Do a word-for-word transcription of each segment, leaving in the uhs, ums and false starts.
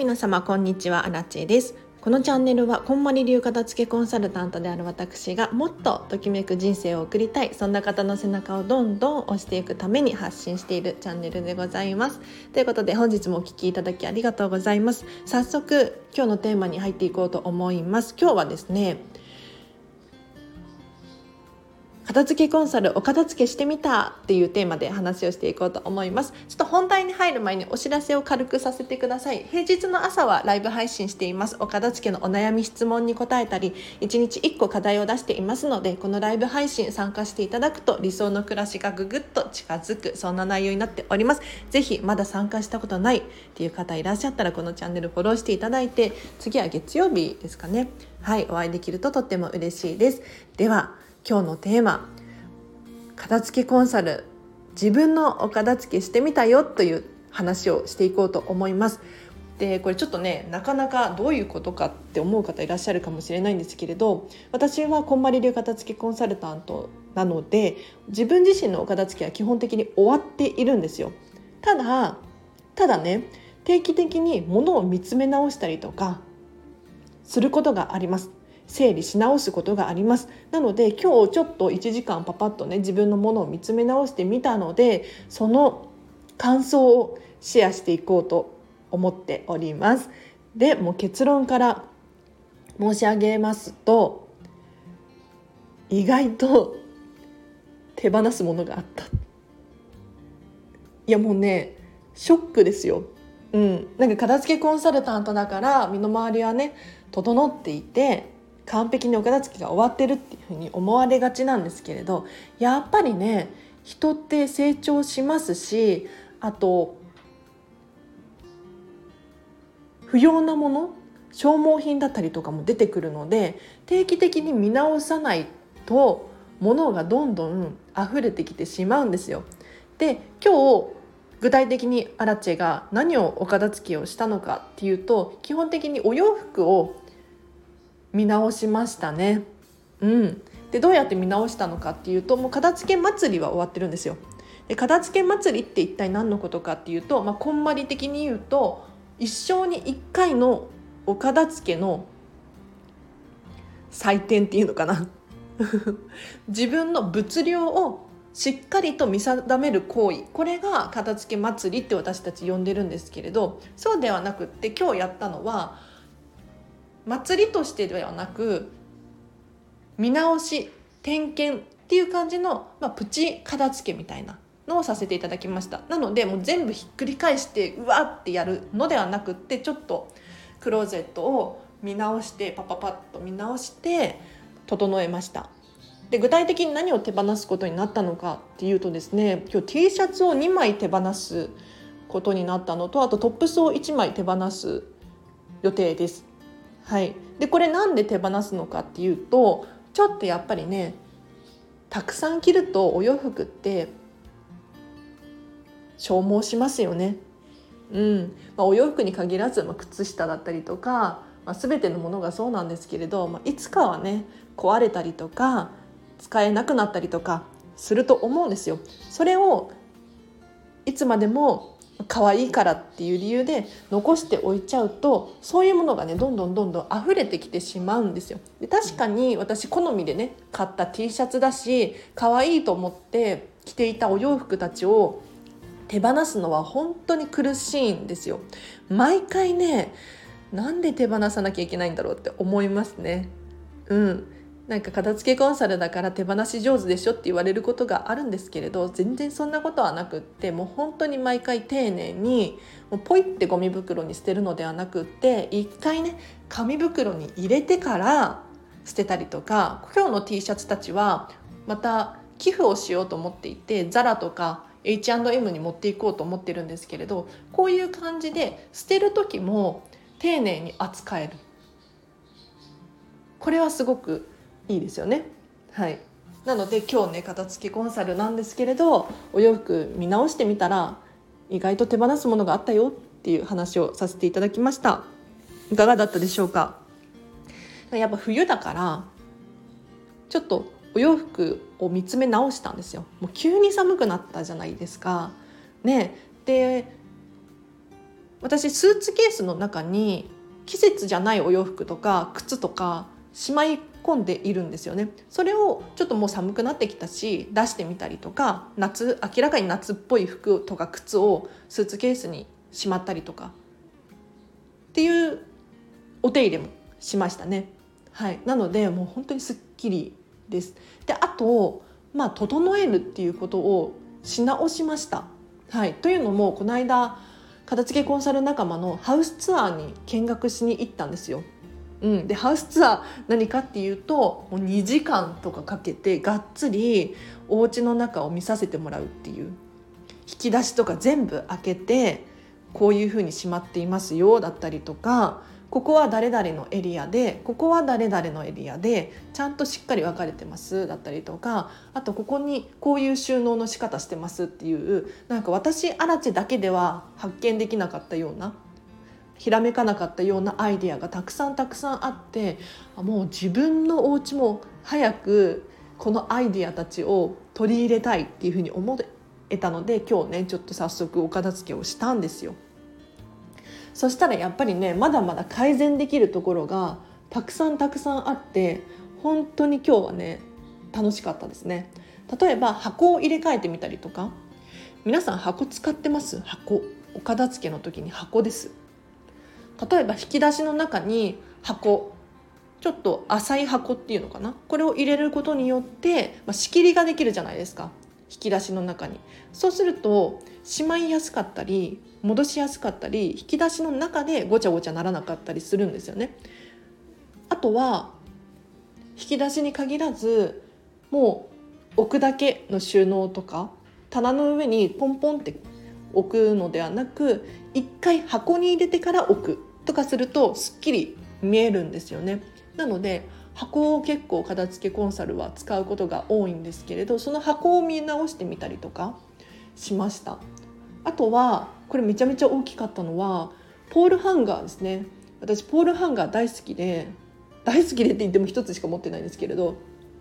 皆様こんにちは、アラチェです。このチャンネルはこんまり流片付けコンサルタントである私がもっとときめく人生を送りたい、そんな方の背中をどんどん押していくために発信しているチャンネルでございます。ということで本日もお聞きいただきありがとうございます。早速今日のテーマに入っていこうと思います。今日はですね、片付けコンサルお片付けしてみたっていうテーマで話をしていこうと思います。ちょっと本題に入る前にお知らせを軽くさせてください。平日の朝はライブ配信しています。お片付けのお悩み質問に答えたり、いちにちいっこ課題を出していますので、このライブ配信参加していただくと理想の暮らしがぐぐっと近づく、そんな内容になっております。ぜひまだ参加したことないっていう方いらっしゃったら、このチャンネルフォローしていただいて、次は月曜日ですかね、はいお会いできるととっても嬉しいです。では今日のテーマ、片付けコンサル、自分のお片付けしてみたよという話をしていこうと思います。でこれちょっとね、なかなかどういうことかって思う方いらっしゃるかもしれないんですけれど、私はこんまり流片付けコンサルタントなので、自分自身のお片付けは基本的に終わっているんですよ。ただただね、定期的に物を見つめ直したりとかすることがあります。整理し直すことがあります。なので今日ちょっといちじかんパパッとね、自分のものを見つめ直してみたので、その感想をシェアしていこうと思っております。でもう結論から申し上げますと、意外と手放すものがあった。いやもうね、ショックですよ。うん、なんか片付けコンサルタントだから身の回りはね整っていて完璧にお片付けが終わってるっていうふうに思われがちなんですけれど、やっぱりね、人って成長しますし、あと不要なもの、消耗品だったりとかも出てくるので、定期的に見直さないと物がどんどん溢れてきてしまうんですよ。で今日具体的にアラチェが何をお片付けをしたのかっていうと、基本的にお洋服を見直しましたね。うん、でどうやって見直したのかっていうと、もう片付け祭りは終わってるんですよ。で片付け祭りって一体何のことかっていうと、まあ、こんまり的に言うと、一生に一回のお片付けの祭典っていうのかな自分の物量をしっかりと見定める行為、これが片付け祭りって私たち呼んでるんですけれど、そうではなくって、今日やったのは祭りとしてではなく、見直し点検っていう感じの、まあ、プチ片付けみたいなのをさせていただきました。なのでもう全部ひっくり返してうわってやるのではなくって、ちょっとクローゼットを見直して、パパパッと見直して整えました。で具体的に何を手放すことになったのかっていうとですね、今日 T シャツをにまい手放すことになったのと、あとトップスをいちまい手放す予定です。はい、でこれなんで手放すのかっていうと、ちょっとやっぱりね、たくさん着るとお洋服って消耗しますよね。うんまあ、お洋服に限らず、まあ、靴下だったりとか、まあ、全てのものがそうなんですけれど、まあ、いつかはね壊れたりとか使えなくなったりとかすると思うんですよ。それをいつまでも可愛いからっていう理由で残しておいちゃうと、そういうものがねどんどんどんどん溢れてきてしまうんですよ。で確かに私好みでね買った T シャツだし、可愛いと思って着ていたお洋服たちを手放すのは本当に苦しいんですよ。毎回ね、なんで手放さなきゃいけないんだろうって思いますね。うんなんか片付けコンサルだから手放し上手でしょって言われることがあるんですけれど、全然そんなことはなくって、もう本当に毎回丁寧にもうポイってゴミ袋に捨てるのではなくって、一回ね紙袋に入れてから捨てたりとか、今日の T シャツたちはまた寄付をしようと思っていて、ザラとか エイチアンドエム に持っていこうと思ってるんですけれど、こういう感じで捨てる時も丁寧に扱える、これはすごくいいですよね。はい、なので今日ね片付けコンサルなんですけれど、お洋服見直してみたら意外と手放すものがあったよっていう話をさせていただきました。いかがだったでしょうか。やっぱ冬だからちょっとお洋服を見つめ直したんですよ。もう急に寒くなったじゃないですかね。で私スーツケースの中に季節じゃないお洋服とか靴とかしまい込んでいるんですよね。それをちょっともう寒くなってきたし出してみたりとか、夏明らかに夏っぽい服とか靴をスーツケースにしまったりとかっていうお手入れもしましたね。はい、なのでもう本当にすっきりです。であと、まあ、整えるっていうことをし直しました。はい、というのもこの間片付けコンサル仲間のハウスツアーに見学しに行ったんですよ。うん、でハウスツアー何かっていうともうにじかんとかかけてがっつりお家の中を見させてもらうっていう、引き出しとか全部開けてこういう風にしまっていますよだったりとか、ここは誰々のエリアでここは誰々のエリアでちゃんとしっかり分かれてますだったりとか、あとここにこういう収納の仕方してますっていう、なんか私アラチェだけでは発見できなかったような、ひらめかなかったようなアイデアがたくさんたくさんあって、もう自分のお家も早くこのアイデアたちを取り入れたいっていうふうに思えたので、今日ねちょっと早速お片付けをしたんですよ。そしたらやっぱりねまだまだ改善できるところがたくさんたくさんあって、本当に今日はね楽しかったですね。例えば箱を入れ替えてみたりとか、皆さん箱使ってます？箱、お片付けの時に箱です。例えば引き出しの中に箱、ちょっと浅い箱っていうのかな、これを入れることによって、まあ、仕切りができるじゃないですか、引き出しの中に。そうするとしまいやすかったり戻しやすかったり、引き出しの中でごちゃごちゃならなかったりするんですよね。あとは引き出しに限らず、もう置くだけの収納とか棚の上にポンポンって置くのではなく、一回箱に入れてから置くとかするとすっきり見えるんですよね。なので箱を結構片付けコンサルは使うことが多いんですけれど、その箱を見直してみたりとかしました。あとはこれめちゃめちゃ大きかったのはポールハンガーですね。私ポールハンガー大好きで、大好きでって言っても一つしか持ってないんですけれど、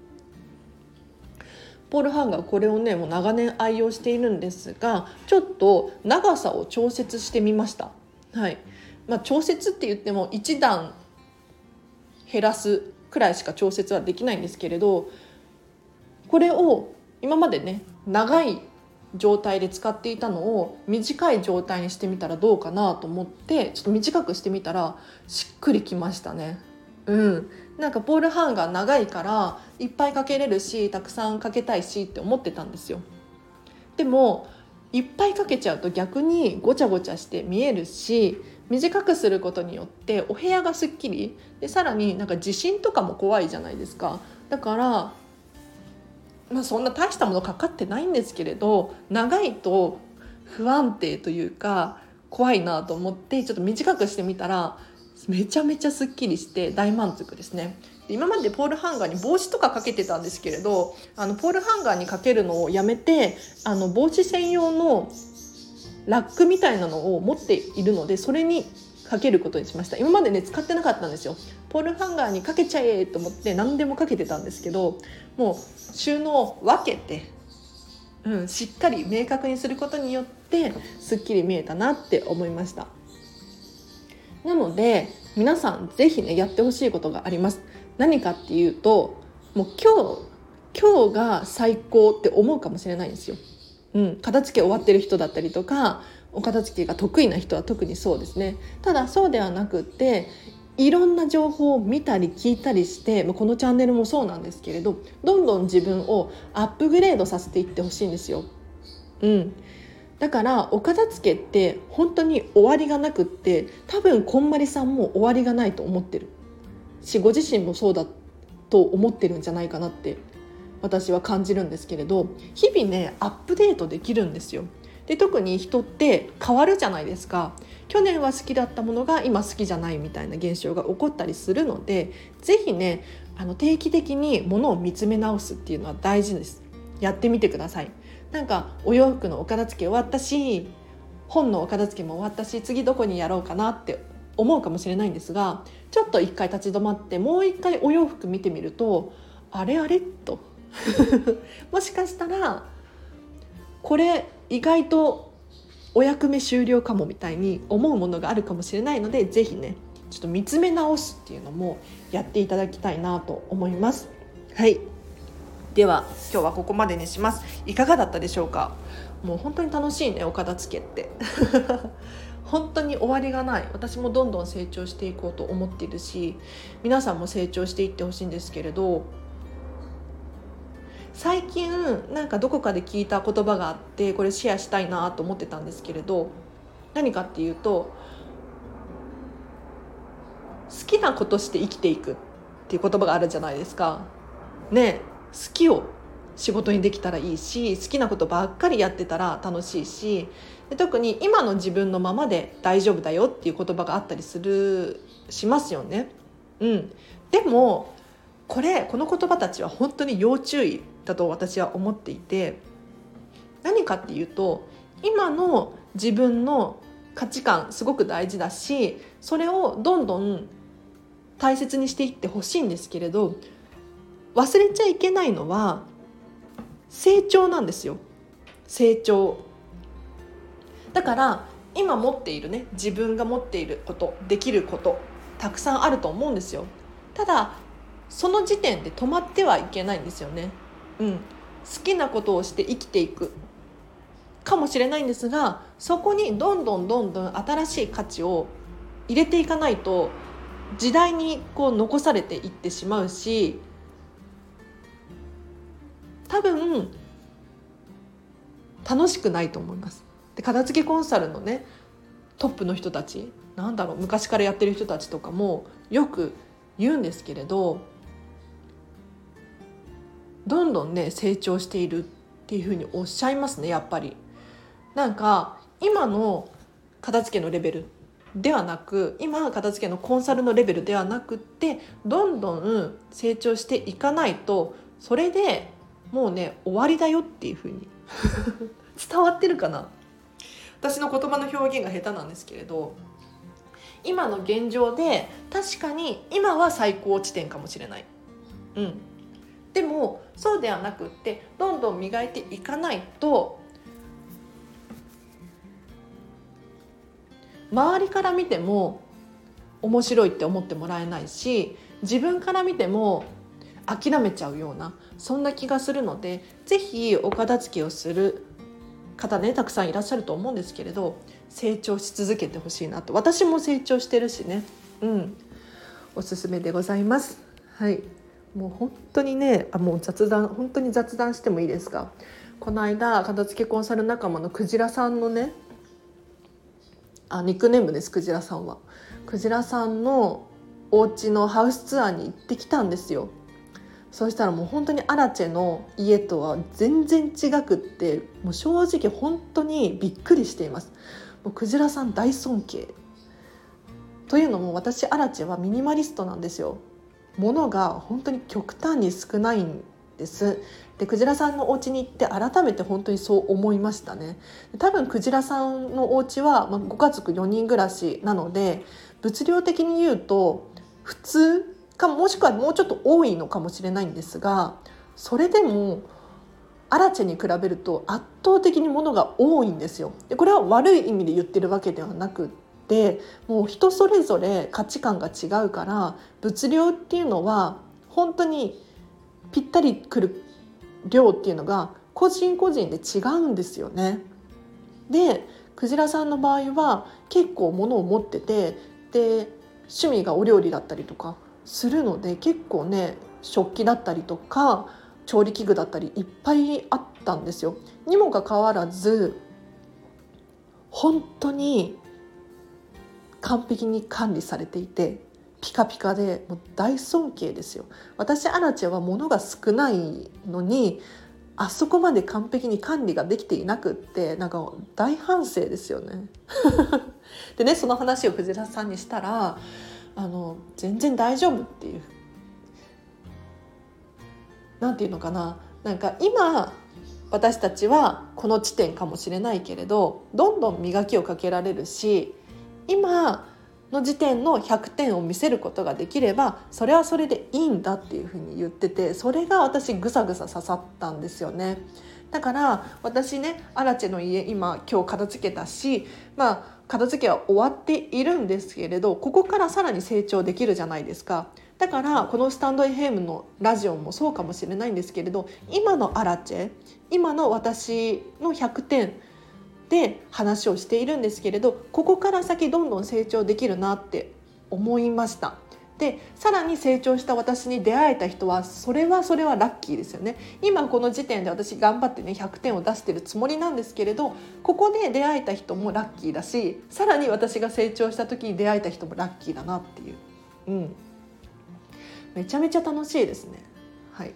ポールハンガーこれをねもう長年愛用しているんですが、ちょっと長さを調節してみました。はい、まあ、調節って言ってもいち段減らすくらいしか調節はできないんですけれど、これを今までね長い状態で使っていたのを短い状態にしてみたらどうかなと思って、ちょっと短くしてみたらしっくりきましたね。うん、なんかポールハンガー長いからいっぱいかけれるし、たくさんかけたいしって思ってたんですよ。でもいっぱいかけちゃうと逆にごちゃごちゃして見えるし、短くすることによってお部屋がすっきりで、さらになんか地震とかも怖いじゃないですか。だから、まあ、そんな大したものかかってないんですけれど、長いと不安定というか怖いなと思ってちょっと短くしてみたらめちゃめちゃすっきりして大満足ですね。今までポールハンガーに帽子とかかけてたんですけれど、あのポールハンガーにかけるのをやめて、あの帽子専用のラックみたいなのを持っているので、それにかけることにしました。今までね使ってなかったんですよ。ポールハンガーにかけちゃえと思って何でもかけてたんですけど、もう収納を分けて、うん、しっかり明確にすることによってすっきり見えたなって思いました。なので皆さんぜひねやってほしいことがあります。何かっていうと、もう今日今日が最高って思うかもしれないんですよ。うん、片付け終わってる人だったりとか、お片付けが得意な人は特にそうですね。ただそうではなくって、いろんな情報を見たり聞いたりして、このチャンネルもそうなんですけれど、どんどん自分をアップグレードさせていってほしいんですよ。うん、だからお片付けって本当に終わりがなくって、多分こんまりさんも終わりがないと思ってるし、ご自身もそうだと思ってるんじゃないかなって私は感じるんですけれど、日々ねアップデートできるんですよ。で特に人って変わるじゃないですか。去年は好きだったものが今好きじゃないみたいな現象が起こったりするので、ぜひねあの定期的にものを見つめ直すっていうのは大事です。やってみてください。なんかお洋服のお片付け終わったし、本のお片付けも終わったし、次どこにやろうかなって思うかもしれないんですが、ちょっと一回立ち止まってもう一回お洋服見てみると、あれあれともしかしたらこれ意外とお役目終了かもみたいに思うものがあるかもしれないので、ぜひねちょっと見つめ直すっていうのもやっていただきたいなと思います。はい、では今日はここまでにします。いかがだったでしょうか。もう本当に楽しいね、お片付けって本当に終わりがない。私もどんどん成長していこうと思っているし、皆さんも成長していってほしいんですけれど、最近なんかどこかで聞いた言葉があって、これシェアしたいなと思ってたんですけれど、何かっていうと、好きなことして生きていくっていう言葉があるじゃないですかね。好きを仕事にできたらいいし、好きなことばっかりやってたら楽しいし、で特に今の自分のままで大丈夫だよっていう言葉があったりするしますよね。うん、でもこれこの言葉たちは本当に要注意だと私は思っていて、何かっていうと、今の自分の価値観すごく大事だし、それをどんどん大切にしていってほしいんですけれど、忘れちゃいけないのは成長なんですよ。成長だから、今持っているね、自分が持っていること、できることたくさんあると思うんですよ。ただその時点で止まってはいけないんですよね。うん、好きなことをして生きていくかもしれないんですが、そこにどんどんどんどん新しい価値を入れていかないと、時代にこう残されていってしまうし、多分楽しくないと思います。で、片付けコンサルのねトップの人たち、なんだろう、昔からやってる人たちとかもよく言うんですけれど、どんどんね成長しているっていうふうにおっしゃいますね。やっぱりなんか今の片付けのレベルではなく、今片付けのコンサルのレベルではなくって、どんどん成長していかないと、それでもうね終わりだよっていう風に伝わってるかな。私の言葉の表現が下手なんですけれど、今の現状で確かに今は最高地点かもしれない、うん、でもそうではなくって、どんどん磨いていかないと、周りから見ても面白いって思ってもらえないし、自分から見ても諦めちゃうような、そんな気がするので、ぜひお片付けをする方ねたくさんいらっしゃると思うんですけれど、成長し続けてほしいなと。私も成長してるしね、うん、おすすめでございます。はい、もう本当にね、あもう雑談本当に雑談してもいいですか。この間片付けコンサル仲間のクジラさんのね、あニックネームです、クジラさんは。クジラさんのお家のハウスツアーに行ってきたんですよ。そうしたらもう本当にアラチェの家とは全然違くって、もう正直本当にびっくりしています。もうクジラさん大尊敬というのも、私アラチェはミニマリストなんですよ。物が本当に極端に少ないんです。でクジラさんのお家に行って改めて本当にそう思いましたね。多分クジラさんのお家は、まあ、ご家族よにん暮らしなので、物量的に言うと普通か、もしくはもうちょっと多いのかもしれないんですが、それでもアラチェに比べると圧倒的に物が多いんですよ。でこれは悪い意味で言ってるわけではなくって、もう人それぞれ価値観が違うから、物量っていうのは本当にぴったりくる量っていうのが個人個人で違うんですよね。でクジラさんの場合は結構物を持ってて、で趣味がお料理だったりとかするので、結構ね食器だったりとか調理器具だったりいっぱいあったんですよ。にもかかわらず本当に完璧に管理されていて、ピカピカでもう大尊敬ですよ。私アラチェは物が少ないのに、あそこまで完璧に管理ができていなくって、なんか大反省ですよねでね、その話をクジラさんにしたら、あの全然大丈夫っていう、なんていうのかな、なんか今私たちはこの地点かもしれないけれど、どんどん磨きをかけられるし、今の時点のひゃくてんを見せることができれば、それはそれでいいんだっていうふうに言ってて、それが私ぐさぐさ刺さったんですよね。 だから私ね、アラチェの家今今日片付けたし、まあ片付けは終わっているんですけれど、ここからさらに成長できるじゃないですか。だからこのスタンド エフエム のラジオもそうかもしれないんですけれど、今のアラチェ、今の私のひゃくてんで話をしているんですけれど、ここから先どんどん成長できるなって思いました。でさらに成長した私に出会えた人はそれはそれはラッキーですよね。今この時点で私頑張ってねひゃくてんを出してるつもりなんですけれど、ここで出会えた人もラッキーだし、さらに私が成長した時に出会えた人もラッキーだなっていう、うん、めちゃめちゃ楽しいですね。はい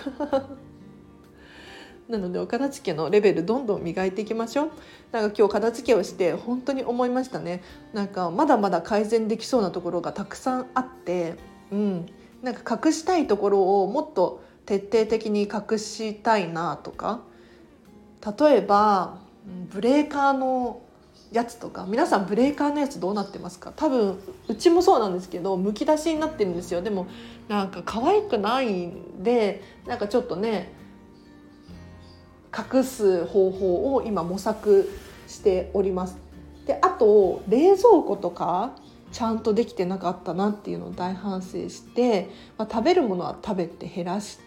なのでお片付けのレベルどんどん磨いていきましょう。なんか今日片付けをして本当に思いましたね。なんかまだまだ改善できそうなところがたくさんあって、うん、なんか隠したいところをもっと徹底的に隠したいなとか、例えばブレーカーのやつとか、皆さんブレーカーのやつどうなってますか？多分うちもそうなんですけど、むき出しになってるんですよ。でもなんか可愛くないんで、なんかちょっとね隠す方法を今模索しております。であと冷蔵庫とかちゃんとできてなかったなっていうのを大反省して、まあ、食べるものは食べて減らして、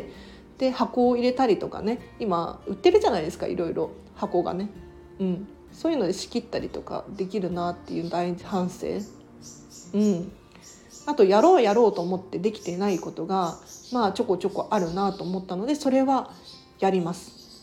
で箱を入れたりとかね、今売ってるじゃないですか、いろいろ箱がね、うん、そういうので仕切ったりとかできるなっていう大反省、うん、あとやろうやろうと思ってできていないことがまあちょこちょこあるなと思ったので、それはやります。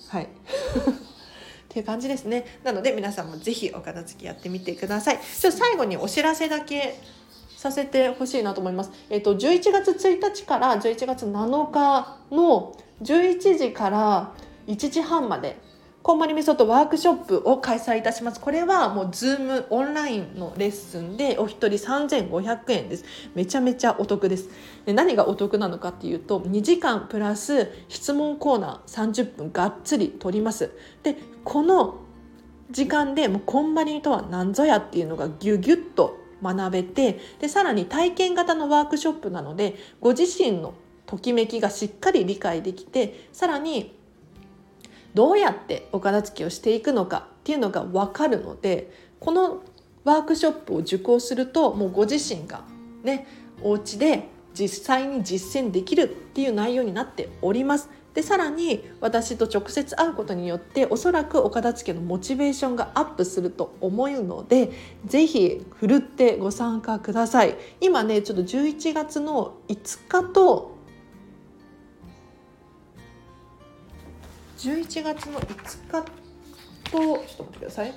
はいっていう感じですね。なので皆さんもぜひお片付けやってみてください。ちょっと最後にお知らせだけさせてほしいなと思います。えっと、じゅういちがつついたちからじゅういちがつなのかのじゅういちじからいちじはんまでこんまりメソッドワークショップを開催いたします。これはもう Zoom オンラインのレッスンでお一人さんぜんごひゃくえんです。めちゃめちゃお得です。で何がお得なのかっていうと、にじかんプラス質問コーナーさんじゅっぷんがっつり取ります。でこの時間でもうこんまりとは何ぞやっていうのがギュギュッと学べて、でさらに体験型のワークショップなのでご自身のときめきがしっかり理解できて、さらにどうやってお片付けをしていくのかっていうのが分かるので、このワークショップを受講するともうご自身がねお家で実際に実践できるっていう内容になっております。でさらに私と直接会うことによっておそらくお片付けのモチベーションがアップすると思うので、ぜひふるってご参加ください。今ねちょっとじゅういちがつのいつかとじゅういちがつのいつかとちょっと待ってください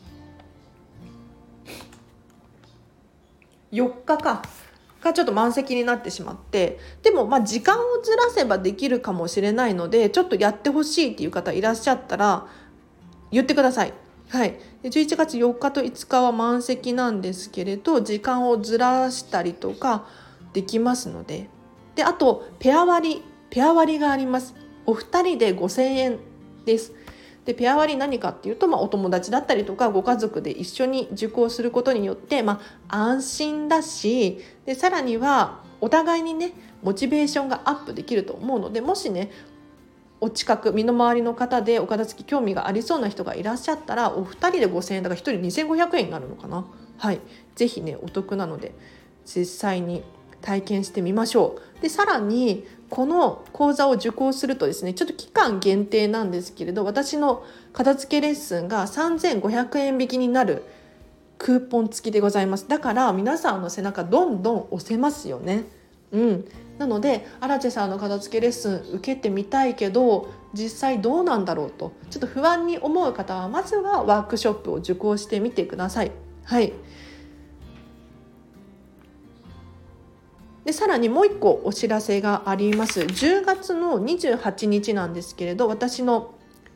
よっかかがちょっと満席になってしまって、でもまあ時間をずらせばできるかもしれないので、ちょっとやってほしいっていう方いらっしゃったら言ってください。はい、じゅういちがつよっかといつかは満席なんですけれど、時間をずらしたりとかできますので、であとペア割ペア割があります。お二人でごせんえんです。でペア割何かっていうと、まあ、お友達だったりとかご家族で一緒に受講することによって、まあ、安心だし、でさらにはお互いにねモチベーションがアップできると思うので、もしねお近く身の回りの方でお片付け興味がありそうな人がいらっしゃったら、お二人でごせんえんだからひとりにせんごひゃくえんになるのかな。はい、ぜひねお得なので実際に体験してみましょう。でさらにこの講座を受講するとですね、ちょっと期間限定なんですけれど、私の片付けレッスンがさんぜんごひゃくえん引きになるクーポン付きでございます。だから皆さんの背中どんどん押せますよね。うん、なのでアラチェさんの片付けレッスン受けてみたいけど実際どうなんだろうとちょっと不安に思う方は、まずはワークショップを受講してみてください。はい。でさらにもう一個お知らせがあります。じゅうがつのにじゅうはちにちなんですけれど、私の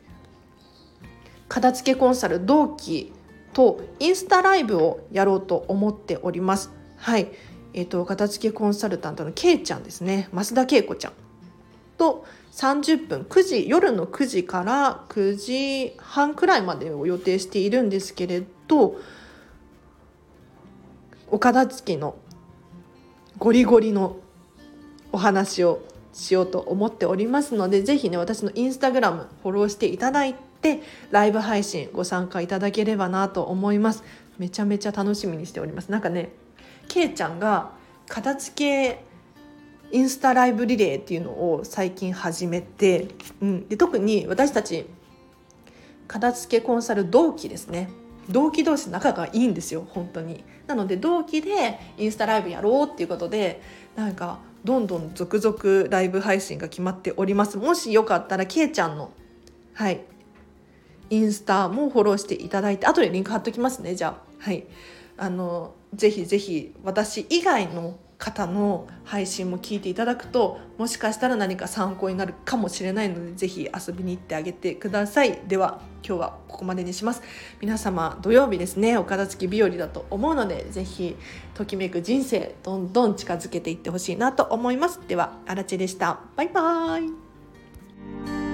片付けコンサル同期とインスタライブをやろうと思っております。はい、えーと、片付けコンサルタントのけいちゃんですね、増田けいこちゃんとさんじゅっぷんくじ夜のくじからくじはんくらいまでを予定しているんですけれど、お片付けのゴリゴリのお話をしようと思っておりますので、ぜひね私のインスタグラムフォローしていただいてライブ配信ご参加いただければなと思います。めちゃめちゃ楽しみにしております。なんかねけいちゃんが片付けインスタライブリレーっていうのを最近始めて、うん、で特に私たち片付けコンサル同期ですね、同期同士仲がいいんですよ本当に。なので同期でインスタライブやろうっていうことで、なんかどんどん続々ライブ配信が決まっております。もしよかったらけいちゃんのはいインスタもフォローしていただいて、後でリンク貼っときますね。じゃあはいあのぜひぜひ私以外の方の配信も聞いていただくと、もしかしたら何か参考になるかもしれないので、ぜひ遊びに行ってあげてください。では今日はここまでにします。皆様土曜日ですね、お片付き日和だと思うので、ぜひときめく人生どんどん近づけていってほしいなと思います。ではあらちでした。バイバーイ。